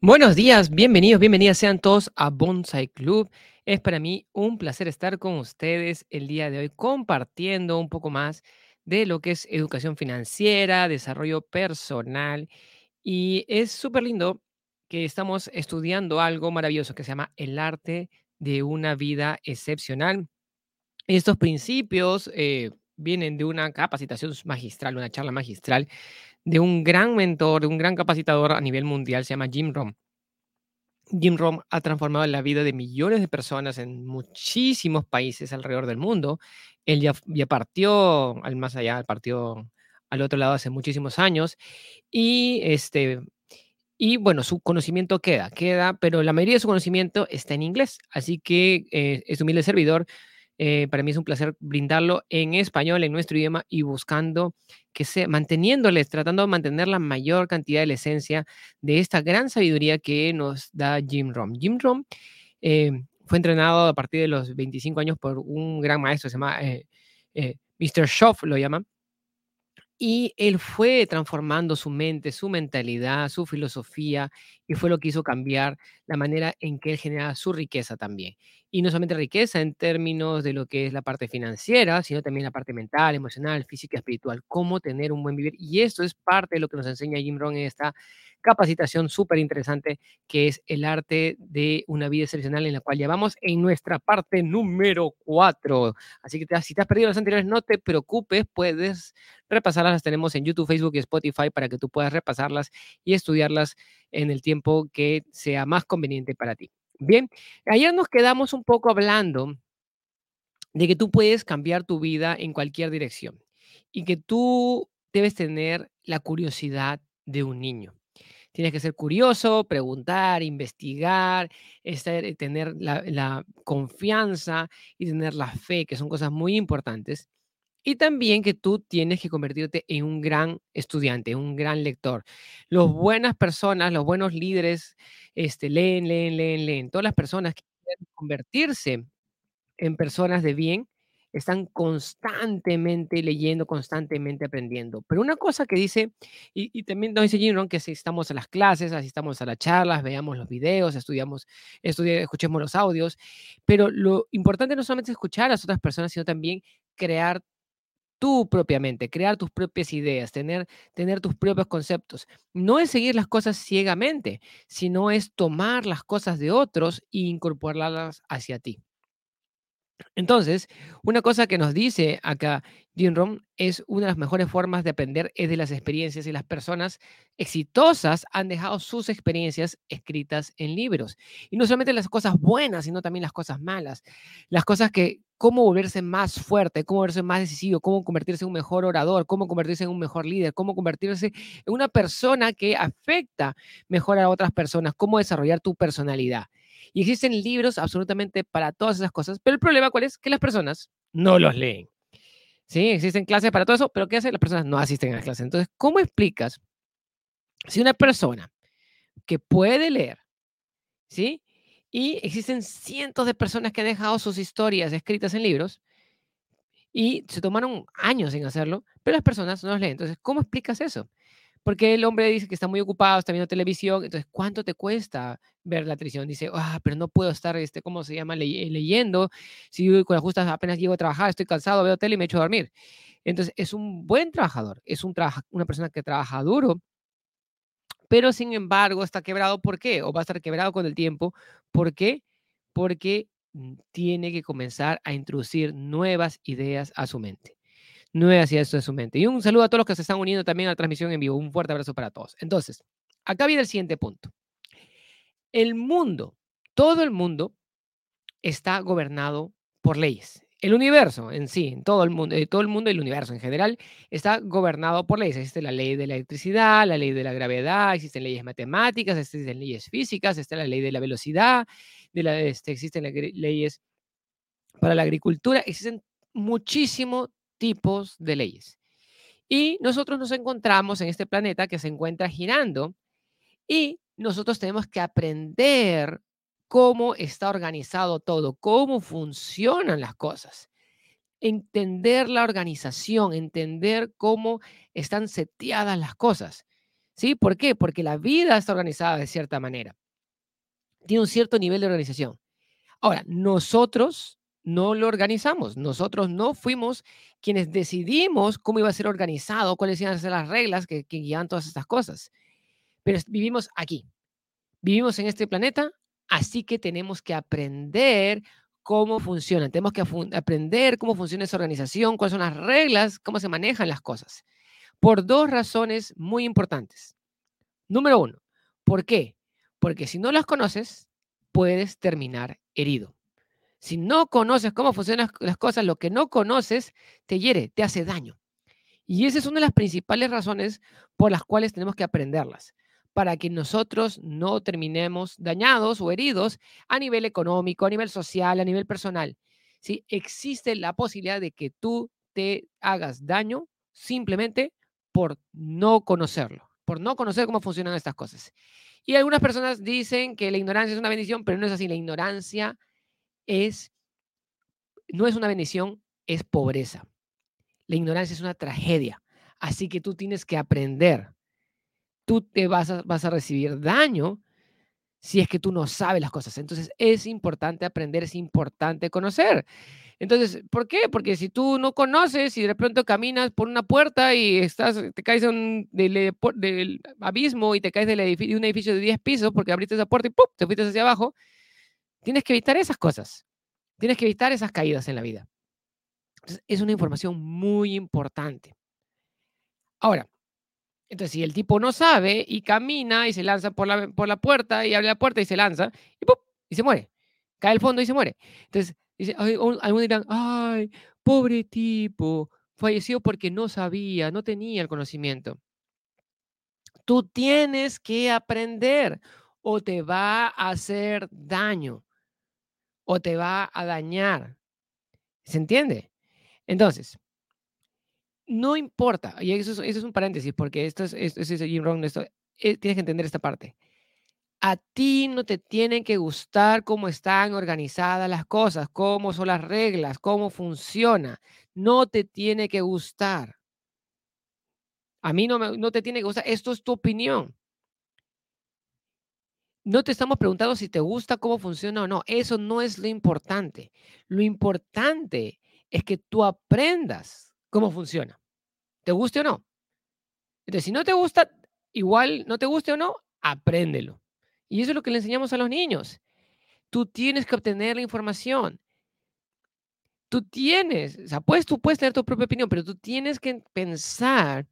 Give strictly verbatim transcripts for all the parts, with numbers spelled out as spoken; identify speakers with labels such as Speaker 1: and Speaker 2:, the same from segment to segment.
Speaker 1: Buenos días, bienvenidos, bienvenidas sean todos a Bonsai Club. Es para mí un placer estar con ustedes el día de hoy compartiendo un poco más de lo que es educación financiera, desarrollo personal y es súper lindo que estamos estudiando algo maravilloso que se llama el arte de una vida excepcional. Estos principios eh, vienen de una capacitación magistral, una charla magistral de un gran mentor, de un gran capacitador a nivel mundial, se llama Jim Rohn. Jim Rohn ha transformado la vida de millones de personas en muchísimos países alrededor del mundo. Él ya, ya partió al más allá, partió al otro lado hace muchísimos años y este y bueno, su conocimiento queda, queda, pero la mayoría de su conocimiento está en inglés. Así que eh, es humilde servidor. Eh, para mí es un placer brindarlo en español, en nuestro idioma y buscando que sea, manteniéndoles, tratando de mantener la mayor cantidad de la esencia de esta gran sabiduría que nos da Jim Rohn. Jim Rohn eh, fue entrenado a partir de los veinticinco años por un gran maestro, se llama eh, eh, míster Schoff, lo llaman, y él fue transformando su mente, su mentalidad, su filosofía, y fue lo que hizo cambiar la manera en que él generaba su riqueza también. Y no solamente riqueza en términos de lo que es la parte financiera, sino también la parte mental, emocional, física, espiritual, cómo tener un buen vivir. Y esto es parte de lo que nos enseña Jim Rohn en esta capacitación súper interesante, que es el arte de una vida excepcional, en la cual ya vamos en nuestra parte número cuatro. Así que te- si te has perdido las anteriores, no te preocupes, puedes repasarlas, las tenemos en YouTube, Facebook y Spotify para que tú puedas repasarlas y estudiarlas en el tiempo que sea más conveniente para ti. Bien, ayer nos quedamos un poco hablando de que tú puedes cambiar tu vida en cualquier dirección y que tú debes tener la curiosidad de un niño. Tienes que ser curioso, preguntar, investigar, estar- eh, tener la, la confianza y tener la fe, que son cosas muy importantes. Y también que tú tienes que convertirte en un gran estudiante, un gran lector. Las buenas personas, los buenos líderes, este, leen, leen, leen, leen. Todas las personas que quieren convertirse en personas de bien están constantemente leyendo, constantemente aprendiendo. Pero una cosa que dice, y, y también nos dice Jim Rohn, que asistamos a las clases, asistamos a las charlas, veamos los videos, estudiamos, estudi- escuchemos los audios, pero lo importante no solamente es escuchar a las otras personas, sino también crear tú propiamente, crear tus propias ideas, tener, tener tus propios conceptos. No es seguir las cosas ciegamente, sino es tomar las cosas de otros e incorporarlas hacia ti. Entonces, una cosa que nos dice acá Jim Rohn es una de las mejores formas de aprender es de las experiencias y las personas exitosas han dejado sus experiencias escritas en libros. Y no solamente las cosas buenas, sino también las cosas malas. Las cosas que, cómo volverse más fuerte, cómo volverse más decisivo, cómo convertirse en un mejor orador, cómo convertirse en un mejor líder, cómo convertirse en una persona que afecta mejor a otras personas, cómo desarrollar tu personalidad. Y existen libros absolutamente para todas esas cosas, pero el problema cuál es? Que las personas no los leen. Sí, existen clases para todo eso, pero ¿qué hacen? Las personas no asisten a las clases. Entonces, ¿cómo explicas si una persona que puede leer, ¿sí? Y existen cientos de personas que han dejado sus historias escritas en libros y se tomaron años en hacerlo, pero las personas no los leen. Entonces, ¿cómo explicas eso? Porque el hombre dice que está muy ocupado, está viendo televisión, entonces, ¿cuánto te cuesta ver la televisión? Dice, ah, pero no puedo estar, este, ¿cómo se llama? Ley- leyendo. Si yo con las justas apenas llego a trabajar, estoy cansado, veo tele y me echo a dormir. Entonces, es un buen trabajador, es un trabaja- una persona que trabaja duro, pero sin embargo está quebrado. ¿Por qué? O va a estar quebrado con el tiempo. ¿Por qué? Porque mm, tiene que comenzar a introducir nuevas ideas a su mente. Nuevas ideas a su mente. Y un saludo a todos los que se están uniendo también a la transmisión en vivo. Un fuerte abrazo para todos. Entonces, acá viene el siguiente punto. El mundo, todo el mundo está gobernado por leyes. El universo en sí, en todo el mundo, eh, todo el mundo y el universo en general está gobernado por leyes. Existe la ley de la electricidad, la ley de la gravedad, existen leyes matemáticas, existen leyes físicas, está la ley de la velocidad, de la, este, existen las leyes para la agricultura, existen muchísimos tipos de leyes. Y nosotros nos encontramos en este planeta que se encuentra girando y nosotros tenemos que aprender cómo está organizado todo, cómo funcionan las cosas, entender la organización, entender cómo están seteadas las cosas. ¿Sí? ¿Por qué? Porque la vida está organizada de cierta manera. Tiene un cierto nivel de organización. Ahora, nosotros no lo organizamos. Nosotros no fuimos quienes decidimos cómo iba a ser organizado, cuáles iban a ser las reglas que, que guían todas estas cosas. Pero es- vivimos aquí, vivimos en este planeta, así que tenemos que aprender cómo funciona. Tenemos que afu- aprender cómo funciona esa organización, cuáles son las reglas, cómo se manejan las cosas. Por dos razones muy importantes. Número uno, ¿por qué? Porque si no las conoces, puedes terminar herido. Si no conoces cómo funcionan las cosas, lo que no conoces te hiere, te hace daño. Y esa es una de las principales razones por las cuales tenemos que aprenderlas, para que nosotros no terminemos dañados o heridos a nivel económico, a nivel social, a nivel personal. ¿Sí? Existe la posibilidad de que tú te hagas daño simplemente por no conocerlo, por no conocer cómo funcionan estas cosas. Y algunas personas dicen que la ignorancia es una bendición, pero no es así. La ignorancia es, no es una bendición, es pobreza. La ignorancia es una tragedia. Así que tú tienes que aprender. Tú te vas a, vas a recibir daño si es que tú no sabes las cosas. Entonces es importante aprender, es importante conocer. Entonces, ¿por qué? Porque si tú no conoces y de pronto caminas por una puerta y estás, te caes de un- del, eh, por- del abismo y te caes del edifi- de un edificio de diez pisos porque abriste esa puerta y ¡pum! Te fuiste hacia abajo, tienes que evitar esas cosas. Tienes que evitar esas caídas en la vida. Entonces, es una información muy importante. Ahora, entonces, si el tipo no sabe y camina y se lanza por la, por la puerta y abre la puerta y se lanza y, ¡pum! Y se muere. Cae al fondo y se muere. Entonces, dice, ay, un- algunos dirán, ay, pobre tipo, falleció porque no sabía, no tenía el conocimiento. Tú tienes que aprender o te va a hacer daño o te va a dañar. ¿Se entiende? Entonces, no importa, y eso es, eso es un paréntesis, porque esto es, esto es Jim Rohn, esto, eh, tienes que entender esta parte. A ti no te tienen que gustar cómo están organizadas las cosas, cómo son las reglas, cómo funciona. No te tiene que gustar. A mí no, me, no te tiene que gustar. Esto es tu opinión. No te estamos preguntando si te gusta cómo funciona o no. Eso no es lo importante. Lo importante es que tú aprendas cómo funciona. ¿Te guste o no? Entonces, si no te gusta, igual no te guste o no, apréndelo. Y eso es lo que le enseñamos a los niños. Tú tienes que obtener la información. Tú tienes, o sea, puedes, tú puedes tener tu propia opinión, pero tú tienes que pensar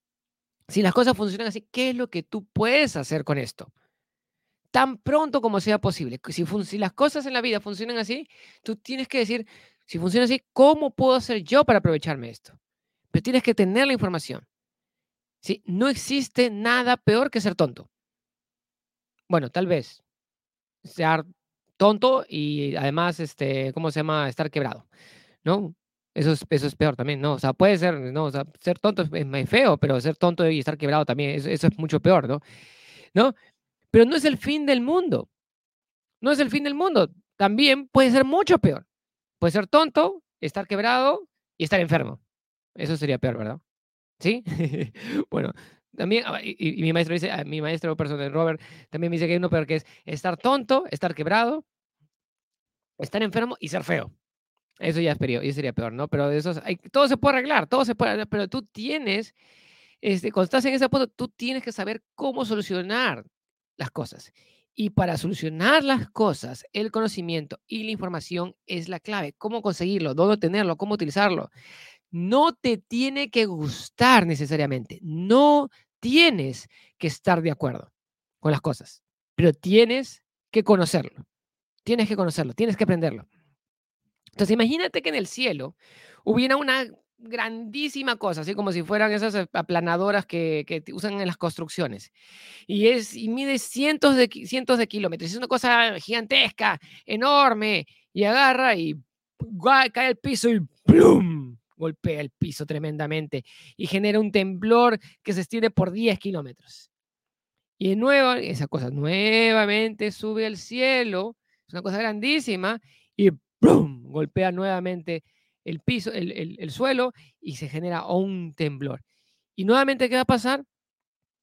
Speaker 1: si las cosas funcionan así, ¿qué es lo que tú puedes hacer con esto? Tan pronto como sea posible. Si, fun- si las cosas en la vida funcionan así, tú tienes que decir, si funciona así, ¿cómo puedo hacer yo para aprovecharme de esto? Pero tienes que tener la información. ¿Sí? No existe nada peor que ser tonto. Bueno, tal vez ser tonto y además, este, ¿cómo se llama? Estar quebrado. ¿No? Eso es, eso es peor también, ¿no? O sea, puede ser, ¿no? O sea, ser tonto es, es muy feo, pero ser tonto y estar quebrado también, eso, eso es mucho peor, ¿no? ¿No? Pero no es el fin del mundo, no es el fin del mundo. También puede ser mucho peor. Puede ser tonto, estar quebrado y estar enfermo. Eso sería peor, ¿verdad? ¿Sí? Bueno, también, ah, y, y mi maestro dice, ah, mi maestro personal, Robert, también me dice que hay uno peor que es estar tonto, estar quebrado, estar enfermo y ser feo. Eso ya es peor, eso sería peor, ¿no? Pero eso es- hay- todo se puede arreglar, todo se puede arreglar, pero tú tienes, este, cuando estás en ese punto, tú tienes que saber cómo solucionar las cosas. Y para solucionar las cosas, el conocimiento y la información es la clave. ¿Cómo conseguirlo? ¿Dónde tenerlo? ¿Cómo utilizarlo? No te tiene que gustar necesariamente. No tienes que estar de acuerdo con las cosas, pero tienes que conocerlo. Tienes que conocerlo, tienes que aprenderlo. Entonces, imagínate que en el cielo hubiera una grandísima cosa, así como si fueran esas eh, aplanadoras que, que te usan en las construcciones. Y, es, y mide cientos de, ki- cientos de kilómetros. Es una cosa gigantesca, enorme. Y agarra y gua- cae al piso y ¡plum! Golpea el piso tremendamente y genera un temblor que se extiende por diez kilómetros. Y de nuevo, esa cosa nuevamente sube al cielo, es una cosa grandísima, y ¡pum! Golpea nuevamente el piso, el, el- el suelo, y se genera un temblor. Y nuevamente, ¿qué va a pasar?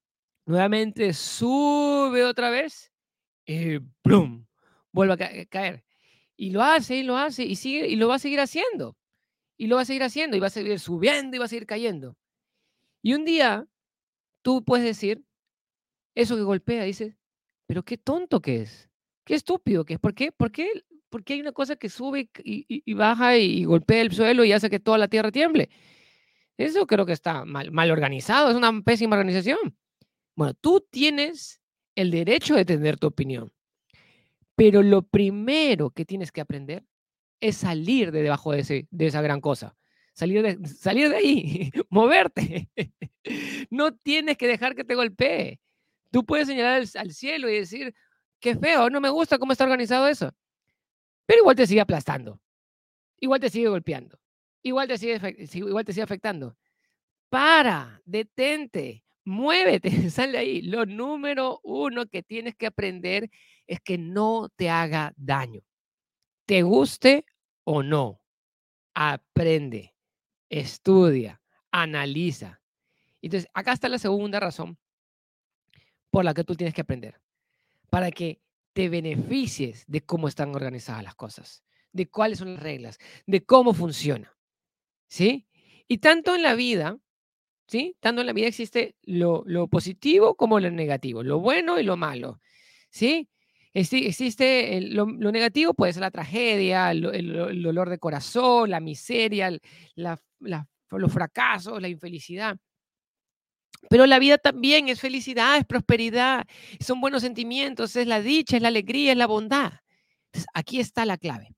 Speaker 1: Nuevamente sube otra vez y ¡plum! Vuelve a ca- caer. Y lo hace y lo hace y sigue y lo va a seguir haciendo. Y lo va a seguir haciendo y va a seguir subiendo y va a seguir cayendo. Y un día tú puedes decir, eso que golpea, dices, pero qué tonto que es, qué estúpido que es. ¿Por qué? ¿Por qué, por qué hay una cosa que sube y, y- y baja y, y golpea el suelo y hace que toda la tierra tiemble? Eso creo que está mal, mal organizado, es una pésima organización. Bueno, tú tienes el derecho de tener tu opinión, pero lo primero que tienes que aprender es salir de debajo de, ese, de esa gran cosa. Salir de, salir de ahí, moverte. No tienes que dejar que te golpee. Tú puedes señalar al, al cielo y decir, qué feo, no me gusta cómo está organizado eso. Pero igual te sigue aplastando, igual te sigue golpeando, igual te sigue, igual te sigue afectando. Para, detente, muévete, sal de ahí. Lo número uno que tienes que aprender es que no te haga daño. Te guste o no, aprende, estudia, analiza. Entonces, acá está la segunda razón por la que tú tienes que aprender, para que te beneficies de cómo están organizadas las cosas, de cuáles son las reglas, de cómo funciona, ¿sí? Y tanto en la vida, ¿sí? Tanto en la vida existe lo, lo positivo como lo negativo, lo bueno y lo malo, ¿sí? Exi- Existe el- lo, lo negativo, puede ser la tragedia, el, el- el dolor de corazón, la miseria, el- la- la- los fracasos, la infelicidad. Pero la vida también es felicidad, es prosperidad, son buenos sentimientos, es la dicha, es la alegría, es la bondad. Entonces, aquí está la clave.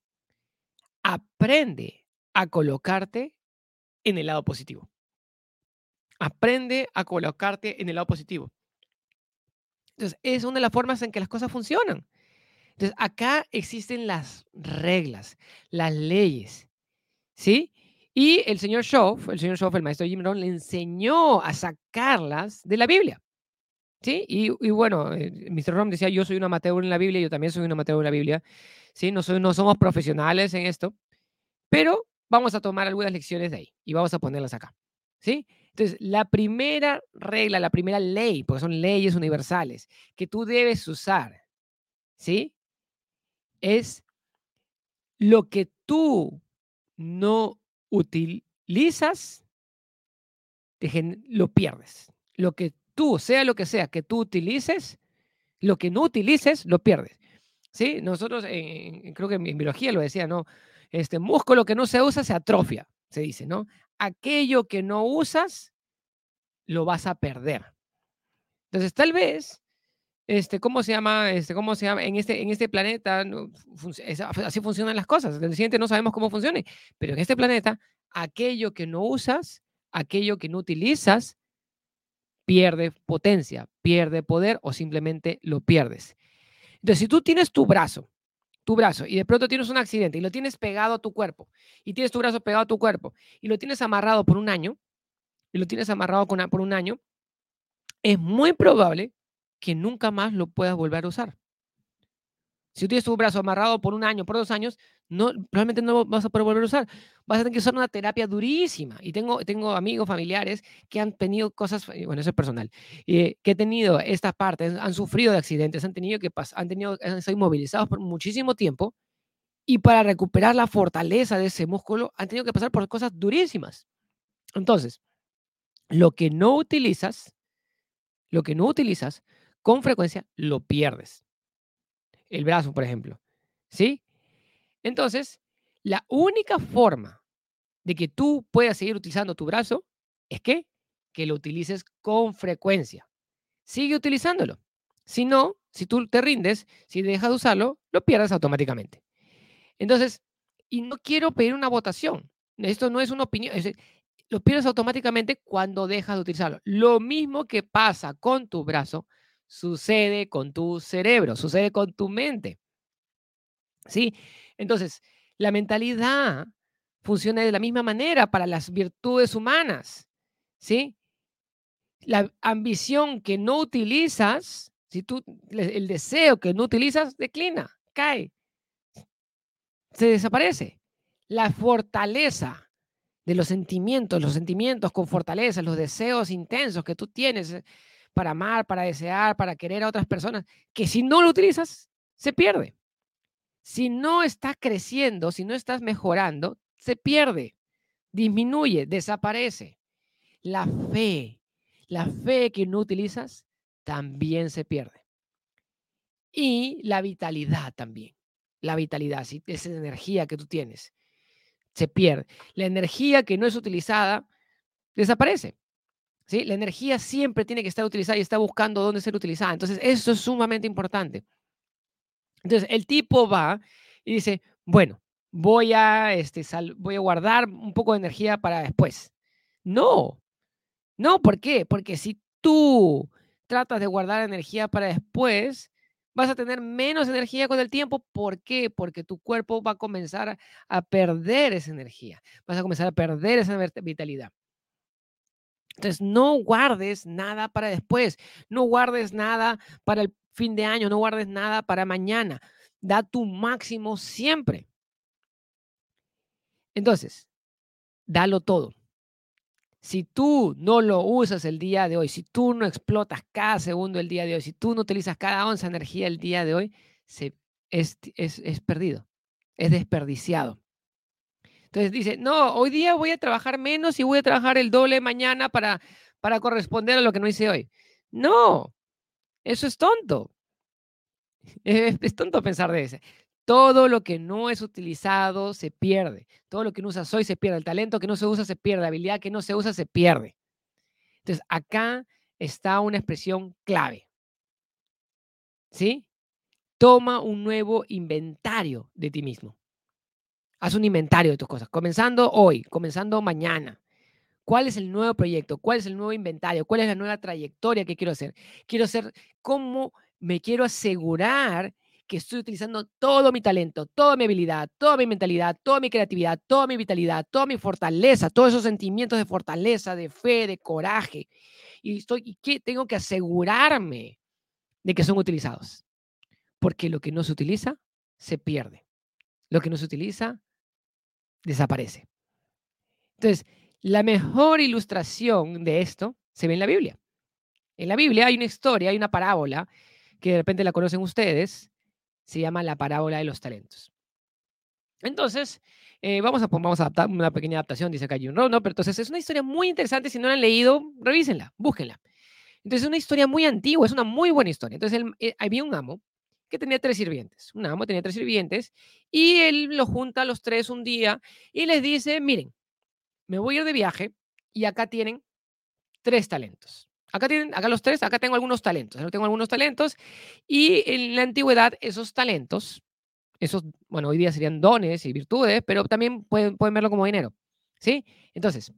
Speaker 1: Aprende a colocarte en el lado positivo. Aprende a colocarte en el lado positivo. Entonces, es una de las formas en que las cosas funcionan. Entonces, acá existen las reglas, las leyes, ¿sí? Y el señor Schoff, el señor Schoff, el maestro Jim Rohn, le enseñó a sacarlas de la Biblia. Sí, y, y bueno, eh, mister Rom decía, yo soy un amateur en la Biblia, yo también soy un amateur en la Biblia, ¿sí? No, soy, no somos profesionales en esto, pero vamos a tomar algunas lecciones de ahí y vamos a ponerlas acá, ¿sí? Entonces, la primera regla, la primera ley, porque son leyes universales, que tú debes usar, ¿sí? Es lo que tú no utilizas, te gen- lo pierdes. Lo que tú, sea lo que sea que tú utilices, lo que no utilices, lo pierdes. ¿Sí? Nosotros, en, en- creo que en, en biología lo decía, ¿no? Este músculo que no se usa se atrofia, se dice, ¿no? Aquello que no usas, lo vas a perder. Entonces, tal vez, este, ¿cómo se llama? Este, ¿cómo se llama? En este, en este planeta, ¿no? Func- es- así funcionan las cosas. En el siguiente no sabemos cómo funcione, pero en este planeta, aquello que no usas, aquello que no utilizas, pierde potencia, pierde poder o simplemente lo pierdes. Entonces, si tú tienes tu brazo, tu brazo y de pronto tienes un accidente y lo tienes pegado a tu cuerpo y tienes tu brazo pegado a tu cuerpo y lo tienes amarrado por un año y lo tienes amarrado con, por un año, es muy probable que nunca más lo puedas volver a usar. Si tú tienes tu brazo amarrado por un año, por dos años, no, probablemente no lo vas a poder volver a usar. Vas a tener que usar una terapia durísima. Y tengo, tengo amigos, familiares que han tenido cosas, eh, bueno, eso es personal, eh, que han tenido esta parte, han sufrido de accidentes, han tenido que pas han tenido, han sido inmovilizados por muchísimo tiempo y para recuperar la fortaleza de ese músculo han tenido que pasar por cosas durísimas. Entonces, lo que no utilizas, lo que no utilizas, con frecuencia lo pierdes. El brazo, por ejemplo. ¿Sí? Entonces, la única forma de que tú puedas seguir utilizando tu brazo es que, que lo utilices con frecuencia. Sigue utilizándolo. Si no, si tú te rindes, si dejas de usarlo, lo pierdes automáticamente. Entonces, y no quiero pedir una votación. Esto no es una opinión. Es decir, lo pierdes automáticamente cuando dejas de utilizarlo. Lo mismo que pasa con tu brazo, sucede con tu cerebro, sucede con tu mente. ¿Sí? Entonces, la mentalidad funciona de la misma manera para las virtudes humanas. ¿Sí? La ambición que no utilizas, si tú, el deseo que no utilizas, declina, cae, se desaparece. La fortaleza de los sentimientos, los sentimientos con fortaleza, los deseos intensos que tú tienes, para amar, para desear, para querer a otras personas, que si no lo utilizas, se pierde. Si no estás creciendo, si no estás mejorando, se pierde, disminuye, desaparece. La fe, la fe que no utilizas, también se pierde. Y la vitalidad también. La vitalidad, si esa energía que tú tienes, se pierde. La energía que no es utilizada, desaparece. ¿Sí? La energía siempre tiene que estar utilizada y está buscando dónde ser utilizada. Entonces, eso es sumamente importante. Entonces, el tipo va y dice, bueno, voy a, este, sal, voy a guardar un poco de energía para después. No, no, ¿por qué? Porque si tú tratas de guardar energía para después, vas a tener menos energía con el tiempo. ¿Por qué? Porque tu cuerpo va a comenzar a, a perder esa energía. Vas a comenzar a perder esa vitalidad. Entonces, no guardes nada para después. No guardes nada para el fin de año. No guardes nada para mañana. Da tu máximo siempre. Entonces, dalo todo. Si tú no lo usas el día de hoy, si tú no explotas cada segundo el día de hoy, si tú no utilizas cada onza de energía el día de hoy, se, es, es, es perdido, es desperdiciado. Entonces dice, no, hoy día voy a trabajar menos y voy a trabajar el doble mañana para, para corresponder a lo que no hice hoy. No, eso es tonto. Es, es tonto pensar de ese. Todo lo que no es utilizado se pierde. Todo lo que no usas hoy se pierde. El talento que no se usa se pierde. La habilidad que no se usa se pierde. Entonces, acá está una expresión clave. ¿Sí? Toma un nuevo inventario de ti mismo. Haz un inventario de tus cosas, comenzando hoy, comenzando mañana. ¿Cuál es el nuevo proyecto? ¿Cuál es el nuevo inventario? ¿Cuál es la nueva trayectoria que quiero hacer? Quiero hacer, ¿cómo me quiero asegurar que estoy utilizando todo mi talento, toda mi habilidad, toda mi mentalidad, toda mi creatividad, toda mi vitalidad, toda mi fortaleza, todos esos sentimientos de fortaleza, de fe, de coraje? Y, estoy, y que tengo que asegurarme de que son utilizados. Porque lo que no se utiliza, se pierde. Lo que no se utiliza, desaparece. Entonces, la mejor ilustración de esto se ve en la Biblia. En la Biblia hay una historia, hay una parábola que de repente la conocen ustedes, se llama la parábola de los talentos. Entonces, eh, vamos, a, vamos a adaptar una pequeña adaptación, dice acá Jim Rohn, ¿no? Pero entonces es una historia muy interesante, si no la han leído, revísenla, búsquenla. Entonces es una historia muy antigua, es una muy buena historia. Entonces él, eh, había un amo que tenía tres sirvientes. Un amo tenía tres sirvientes y él los junta a los tres un día y les dice, miren, me voy a ir de viaje y acá tienen tres talentos. Acá tienen, acá los tres, acá tengo algunos talentos. Acá tengo algunos talentos y en la antigüedad esos talentos, esos, bueno, hoy día serían dones y virtudes, pero también pueden, pueden verlo como dinero. ¿Sí? Entonces,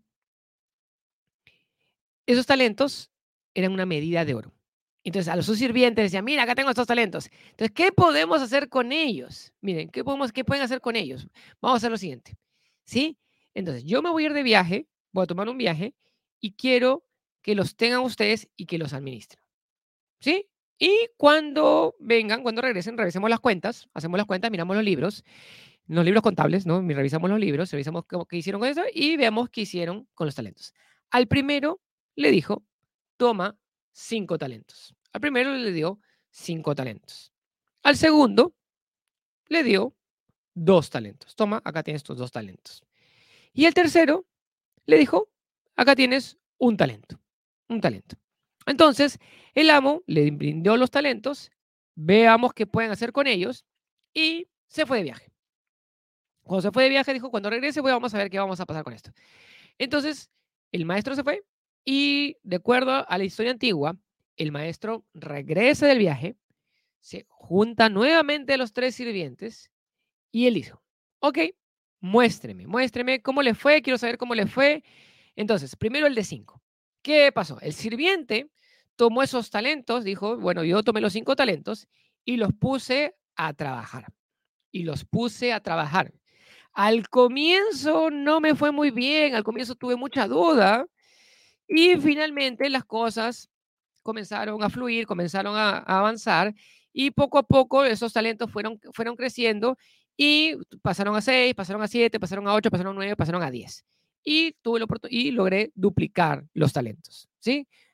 Speaker 1: esos talentos eran una medida de oro. Entonces, a los sus sirvientes decían, mira, acá tengo estos talentos. Entonces, ¿qué podemos hacer con ellos? Miren, ¿qué, podemos, qué pueden hacer con ellos? Vamos a hacer lo siguiente. ¿Sí? Entonces, yo me voy a ir de viaje, voy a tomar un viaje y quiero que los tengan ustedes y que los administren. ¿Sí? Y cuando vengan, cuando regresen, revisemos las cuentas, hacemos las cuentas, miramos los libros, los libros contables, ¿no? Revisamos los libros, revisamos qué, qué hicieron con eso y veamos qué hicieron con los talentos. Al primero le dijo, toma cinco talentos. Al primero le dio cinco talentos. Al segundo le dio dos talentos. Toma, acá tienes tus dos talentos. Y el tercero le dijo, acá tienes un talento. Un talento. Entonces, el amo le brindó los talentos, veamos qué pueden hacer con ellos y se fue de viaje. Cuando se fue de viaje dijo, cuando regrese voy, vamos a ver qué vamos a pasar con esto. Entonces, el maestro se fue y de acuerdo a la historia antigua, el maestro regresa del viaje, se junta nuevamente a los tres sirvientes y él dijo, ok, muéstreme, muéstreme cómo le fue, quiero saber cómo le fue. Entonces, primero el de cinco. ¿Qué pasó? El sirviente tomó esos talentos, dijo, bueno, yo tomé los cinco talentos y los puse a trabajar. Y los puse a trabajar. Al comienzo no me fue muy bien, al comienzo tuve mucha duda y finalmente las cosas comenzaron a fluir, comenzaron a, a avanzar y poco a poco esos talentos fueron, fueron creciendo y pasaron a seis, pasaron a siete, pasaron a ocho, pasaron a nueve, pasaron a diez. Y, tuve la y logré duplicar los talentos, ¿sí?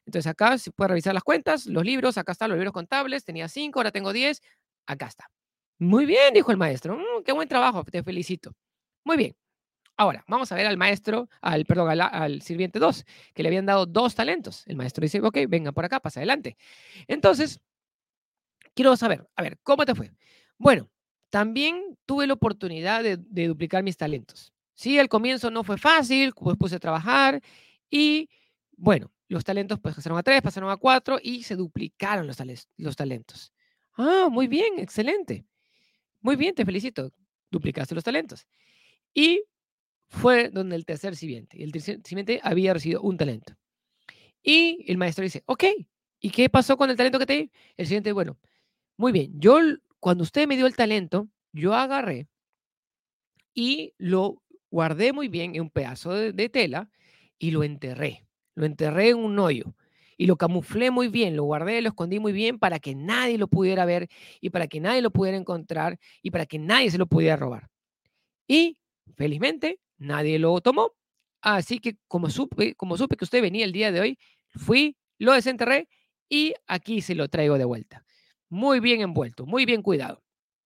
Speaker 1: Entonces acá se puede revisar las cuentas, los libros, acá están los libros contables, tenía cinco, ahora tengo diez, acá está. Muy bien, dijo el maestro, "Mm, qué buen trabajo, te felicito". Muy bien, ahora vamos a ver al maestro, al, perdón, al, al sirviente dos, que le habían dado dos talentos. El maestro dice, ok, venga por acá, pasa adelante. Entonces, quiero saber, a ver, ¿cómo te fue? Bueno, también tuve la oportunidad de, de duplicar mis talentos. Sí, al comienzo no fue fácil, pues puse a trabajar y bueno, los talentos pues pasaron a tres, pasaron a cuatro y se duplicaron los, tales- los talentos. Ah, muy bien, excelente. Muy bien, te felicito. Duplicaste los talentos. Y fue donde el tercer sirviente. Y el tercer sirviente había recibido un talento. Y el maestro dice, ok, ¿y qué pasó con el talento que te di? El siguiente, bueno, muy bien, yo l- cuando usted me dio el talento, yo agarré y lo guardé muy bien en un pedazo de, de tela y lo enterré. Lo enterré en un hoyo y lo camuflé muy bien, lo guardé, lo escondí muy bien para que nadie lo pudiera ver y para que nadie lo pudiera encontrar y para que nadie se lo pudiera robar. Y felizmente nadie lo tomó. Así que como supe, como supe que usted venía el día de hoy, fui, lo desenterré y aquí se lo traigo de vuelta. Muy bien envuelto, muy bien cuidado.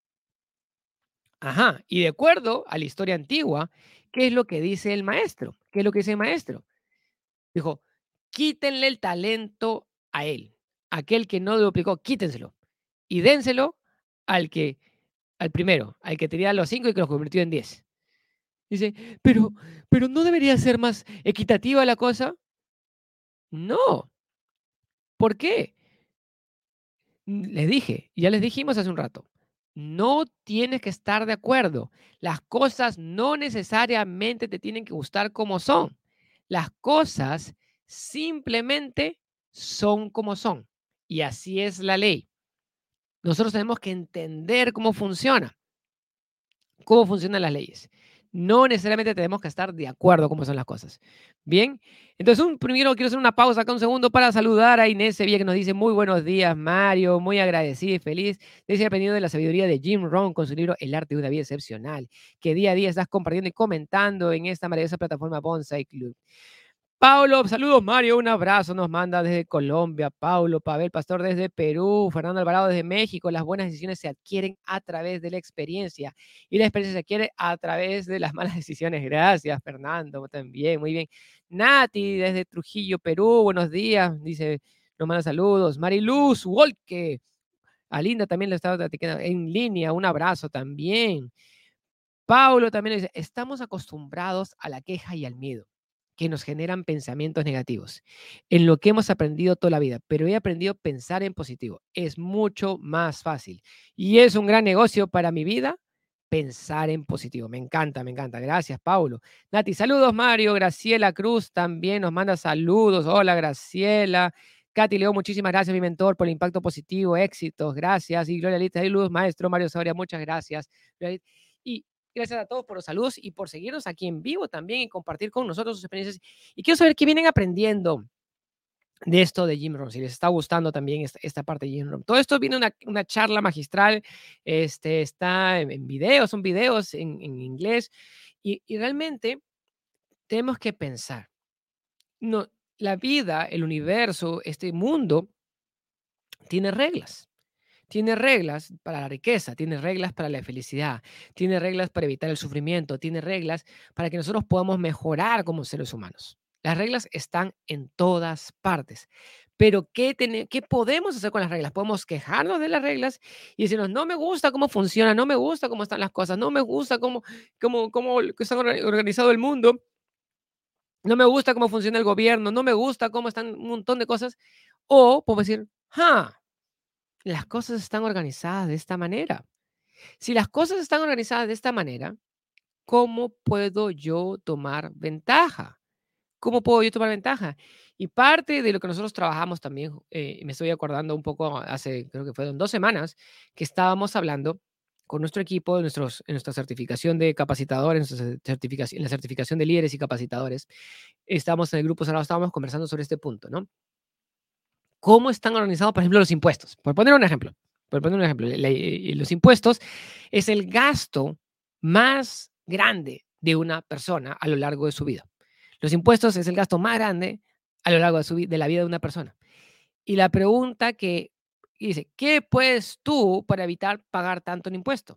Speaker 1: Ajá, y de acuerdo a la historia antigua, ¿qué es lo que dice el maestro? ¿Qué es lo que dice el maestro? Dijo, quítenle el talento a él. Aquel que no lo duplicó, quítenselo. Y dénselo al que, al primero, al que tenía los cinco y que los convirtió en diez. Dice, pero, pero ¿no debería ser más equitativa la cosa? No. ¿Por qué? Mm, Les dije, ya les dijimos hace un rato, no tienes que estar de acuerdo. Las cosas no necesariamente te tienen que gustar como son. Las cosas simplemente son como son. Y así es la ley. Nosotros tenemos que entender cómo funciona. Cómo funcionan las leyes. No necesariamente tenemos que estar de acuerdo cómo son las cosas. Bien, entonces un, primero quiero hacer una pausa acá un segundo para saludar a Inés Sevilla que nos dice muy buenos días Mario, muy agradecida y feliz de seguir aprendiendo de la sabiduría de Jim Rohn con su libro El arte de una vida excepcional, que día a día estás compartiendo y comentando en esta maravillosa plataforma Bonsai Club. Paulo, saludos Mario, un abrazo, nos manda desde Colombia, Paulo, Pavel Pastor desde Perú, Fernando Alvarado desde México, las buenas decisiones se adquieren a través de la experiencia y la experiencia se adquiere a través de las malas decisiones. Gracias, Fernando, también, muy bien. Nati desde Trujillo, Perú, buenos días, dice, nos manda saludos. Mariluz Wolke, Alinda también lo estaba platicando en línea, un abrazo también. Paulo también dice, estamos acostumbrados a la queja y al miedo que nos generan pensamientos negativos, en lo que hemos aprendido toda la vida, pero he aprendido a pensar en positivo. Es mucho más fácil y es un gran negocio para mi vida pensar en positivo. Me encanta, me encanta. Gracias, Paulo. Nati, saludos, Mario. Graciela Cruz también nos manda saludos. Hola, Graciela. Katy Leo, muchísimas gracias, mi mentor, por el impacto positivo, éxitos, gracias. Y Gloria Lita, saludos, maestro Mario Sabria, muchas gracias. Y gracias a todos por los saludos y por seguirnos aquí en vivo también y compartir con nosotros sus experiencias. Y quiero saber qué vienen aprendiendo de esto de Jim Rohn, si les está gustando también esta, esta parte de Jim Rohn. Todo esto viene una, una charla magistral, este, está en, en videos, son videos en, en inglés y, y realmente tenemos que pensar, no, la vida, el universo, este mundo tiene reglas. Tiene reglas para la riqueza, tiene reglas para la felicidad, tiene reglas para evitar el sufrimiento, tiene reglas para que nosotros podamos mejorar como seres humanos. Las reglas están en todas partes. Pero ¿qué, tene- qué podemos hacer con las reglas? Podemos quejarnos de las reglas y decirnos, no me gusta cómo funciona, no me gusta cómo están las cosas, no me gusta cómo, cómo, cómo está or- organizado el mundo, no me gusta cómo funciona el gobierno, no me gusta cómo están un montón de cosas. O podemos decir, ah, las cosas están organizadas de esta manera. Si las cosas están organizadas de esta manera, ¿cómo puedo yo tomar ventaja? ¿Cómo puedo yo tomar ventaja? Y parte de lo que nosotros trabajamos también, eh, me estoy acordando un poco hace, creo que fueron dos semanas, que estábamos hablando con nuestro equipo, en, nuestros, en nuestra certificación de capacitadores, en, nuestra certificación, en la certificación de líderes y capacitadores. Estábamos en el grupo cerrado, estábamos conversando sobre este punto, ¿no? ¿Cómo están organizados, por ejemplo, los impuestos? Por poner un ejemplo, por poner un ejemplo, la- eh, los impuestos es el gasto más grande de una persona a lo largo de su vida. Los impuestos es el gasto más grande a lo largo de, su, vi- de la vida de una persona. Y la pregunta que y dice, ¿qué puedes tú para evitar pagar tanto en impuesto?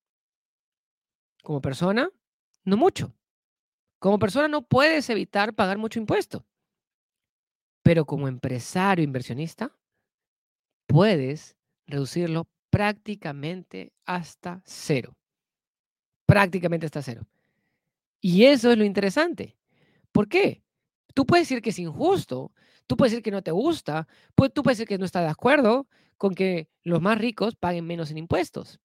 Speaker 1: Como persona, no mucho. Como persona no puedes evitar pagar mucho impuesto, pero como empresario inversionista puedes reducirlo prácticamente hasta cero, prácticamente hasta cero. Y eso es lo interesante. ¿Por qué? Tú puedes decir que es injusto, tú puedes decir que no te gusta, pues tú puedes decir que no estás de acuerdo con que los más ricos paguen menos en impuestos,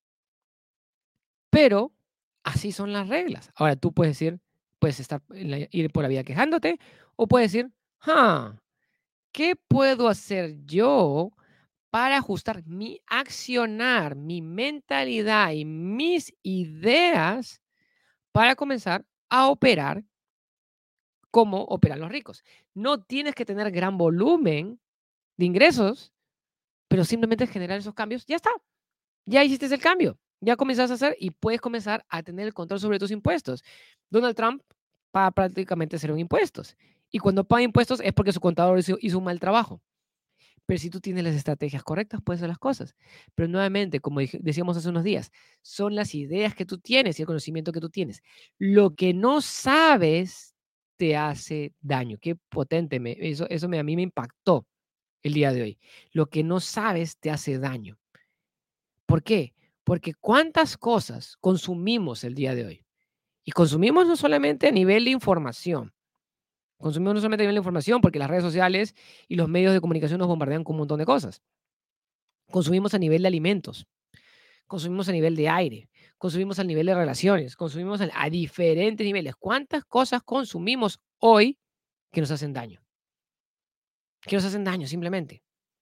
Speaker 1: pero así son las reglas. Ahora tú puedes decir, puedes estar en la- ir por la vida quejándote o puedes decir, ah, ¿qué puedo hacer yo para ajustar mi accionar, mi mentalidad y mis ideas para comenzar a operar como operan los ricos? No tienes que tener gran volumen de ingresos, pero simplemente generar esos cambios, ya está, ya hiciste el cambio, ya comenzaste a hacer y puedes comenzar a tener el control sobre tus impuestos. Donald Trump paga prácticamente cero impuestos y cuando paga impuestos es porque su contador hizo, hizo un mal trabajo. Pero si tú tienes las estrategias correctas, puedes hacer las cosas. Pero nuevamente, como dije- decíamos hace unos días, son las ideas que tú tienes y el conocimiento que tú tienes. Lo que no sabes te hace daño. Qué potente. Me, eso eso me, a mí me impactó el día de hoy. Lo que no sabes te hace daño. ¿Por qué? Porque cuántas cosas consumimos el día de hoy. Y consumimos no solamente a nivel de información. Consumimos no solamente a nivel de información, porque las redes sociales y los medios de comunicación nos bombardean con un montón de cosas. Consumimos a nivel de alimentos, consumimos a nivel de aire, consumimos a nivel de relaciones, consumimos a, a diferentes niveles. ¿Cuántas cosas consumimos hoy que nos hacen daño? Que nos hacen daño simplemente.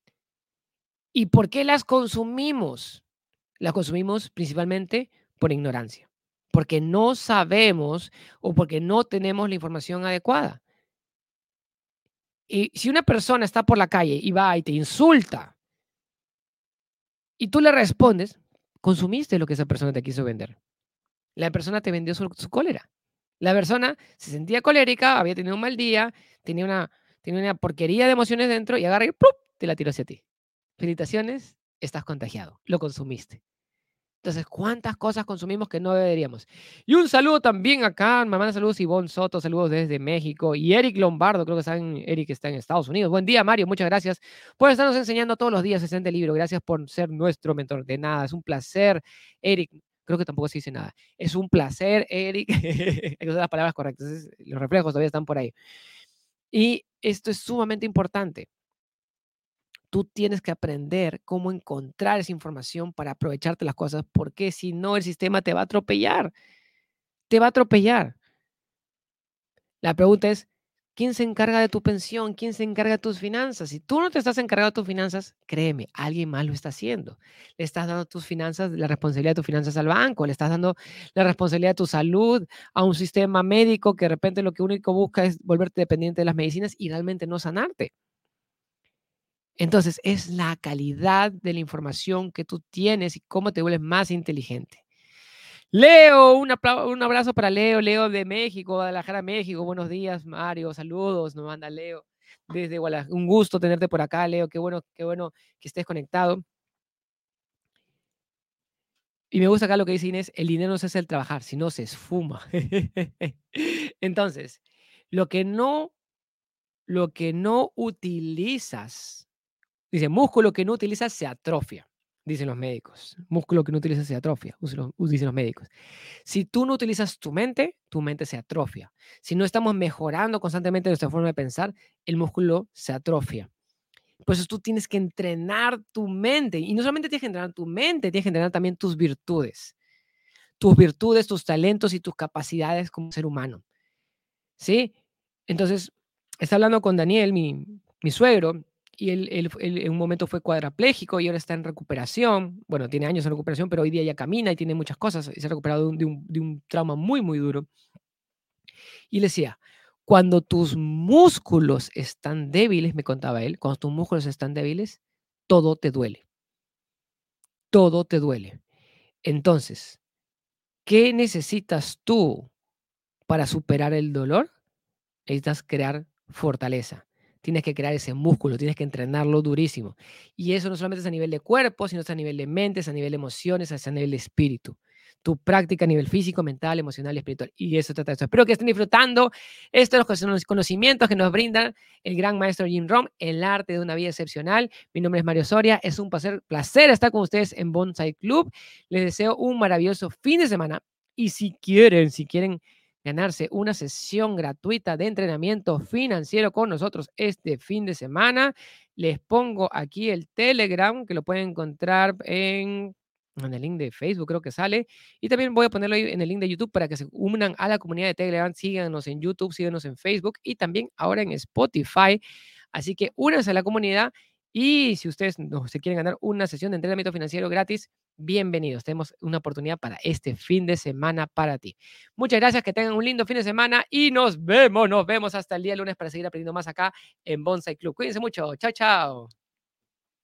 Speaker 1: ¿Y por qué las consumimos? Las consumimos principalmente por ignorancia, porque no sabemos o porque no tenemos la información adecuada. Y si una persona está por la calle y va y te insulta y tú le respondes, consumiste lo que esa persona te quiso vender. La persona te vendió su, su cólera. La persona se sentía colérica, había tenido un mal día, tenía una, tenía una porquería de emociones dentro y agarra y ¡plup! Te la tiró hacia ti. Felicitaciones, estás contagiado, lo consumiste. Entonces, ¿cuántas cosas consumimos que no deberíamos? Y un saludo también acá, me manda saludos Ivonne Soto, saludos desde México. Y Eric Lombardo, creo que está en, Eric está en Estados Unidos. Buen día, Mario, muchas gracias por estarnos enseñando todos los días este libro. Gracias por ser nuestro mentor. De nada, es un placer, Eric. Creo que tampoco se dice nada. Es un placer, Eric. Hay que usar las palabras correctas. Es- los reflejos todavía están por ahí. Y esto es sumamente importante. Tú tienes que aprender cómo encontrar esa información para aprovecharte las cosas, porque si no, el sistema te va a atropellar, te va a atropellar. La pregunta es, ¿quién se encarga de tu pensión? ¿Quién se encarga de tus finanzas? Si tú no te estás encargando de tus finanzas, créeme, alguien más lo está haciendo. Le estás dando tus finanzas, la responsabilidad de tus finanzas al banco, le estás dando la responsabilidad de tu salud a un sistema médico que de repente lo que único busca es volverte dependiente de las medicinas y realmente no sanarte. Entonces, es la calidad de la información que tú tienes y cómo te vuelves más inteligente. Leo, un, apla- un abrazo para Leo, Leo de México, Guadalajara, México. Buenos días, Mario. Saludos, nos manda Leo desde Guadalajara. Un gusto tenerte por acá, Leo. Qué bueno, qué bueno que estés conectado. Y me gusta acá lo que dice Inés, el dinero no se hace al trabajar, sino se esfuma. Entonces, lo que no, lo que no utilizas, dice, músculo que no utilizas se atrofia, dicen los médicos. Músculo que no utilizas se atrofia, dicen los dicen los médicos. Si tú no utilizas tu mente, tu mente se atrofia. Si no estamos mejorando constantemente nuestra forma de pensar, el músculo se atrofia. Por eso tú tienes que entrenar tu mente. Y no solamente tienes que entrenar tu mente, tienes que entrenar también tus virtudes. Tus virtudes, tus talentos y tus capacidades como ser humano. ¿Sí? Entonces, está hablando con Daniel, mi, mi suegro, y él, él- él en un momento fue cuadrapléjico y ahora está en recuperación. Bueno, tiene años en recuperación, pero hoy día ya camina y tiene muchas cosas. Y se ha recuperado de un, de un- de un trauma muy, muy duro. Y le decía, cuando tus músculos están débiles, me contaba él, cuando tus músculos están débiles, todo te duele. Todo te duele. Entonces, ¿qué necesitas tú para superar el dolor? Necesitas crear fortaleza. tienes que crear ese músculo, tienes que entrenarlo durísimo. Y eso no solamente es a nivel de cuerpo, sino es a nivel de mente, es a nivel de emociones, es a nivel de espíritu. Tu práctica a nivel físico, mental, emocional y espiritual. Y eso trata de eso. Espero que estén disfrutando estos conocimientos que nos brinda el gran maestro Jim Rohn, el arte de una vida excepcional. Mi nombre es Mario Soria. Es un placer, placer estar con ustedes en Bonsai Club. Les deseo un maravilloso fin de semana. Y si quieren, si quieren ganarse una sesión gratuita de entrenamiento financiero con nosotros este fin de semana, les pongo aquí el Telegram, que lo pueden encontrar en, en el link de Facebook, creo que sale. Y también voy a ponerlo ahí en el link de YouTube para que se unan a la comunidad de Telegram. Síganos en YouTube, síganos en Facebook y también ahora en Spotify. Así que únanse a la comunidad y si ustedes no, se quieren ganar una sesión de entrenamiento financiero gratis, bienvenidos. Tenemos una oportunidad para este fin de semana para ti. Muchas gracias, que tengan un lindo fin de semana y nos vemos, nos vemos hasta el día lunes para seguir aprendiendo más acá en Bonsai Club. Cuídense mucho. Chao, chao.